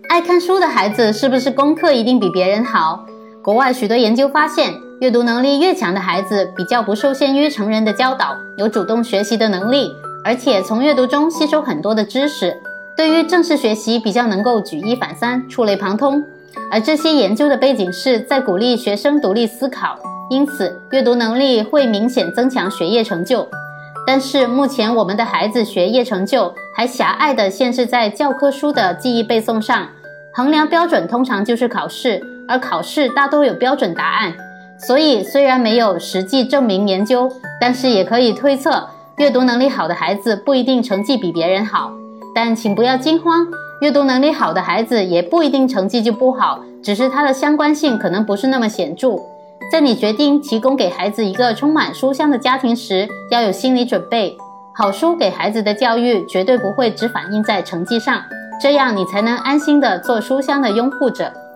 爱看书的孩子是不是功课一定比别人好？国外许多研究发现，阅读能力越强的孩子比较不受限于成人的教导，有主动学习的能力，而且从阅读中吸收很多的知识，对于正式学习比较能够举一反三，触类旁通。而这些研究的背景是在鼓励学生独立思考，因此阅读能力会明显增强学业成就。但是目前我们的孩子学业成就还狭隘地限制在教科书的记忆背诵上，衡量标准通常就是考试，而考试大多有标准答案。所以虽然没有实际证明研究，但是也可以推测，阅读能力好的孩子不一定成绩比别人好。但请不要惊慌，阅读能力好的孩子也不一定成绩就不好，只是它的相关性可能不是那么显著。在你决定提供给孩子一个充满书香的家庭时，要有心理准备，好书给孩子的教育绝对不会只反映在成绩上，这样你才能安心地做书香的拥护者。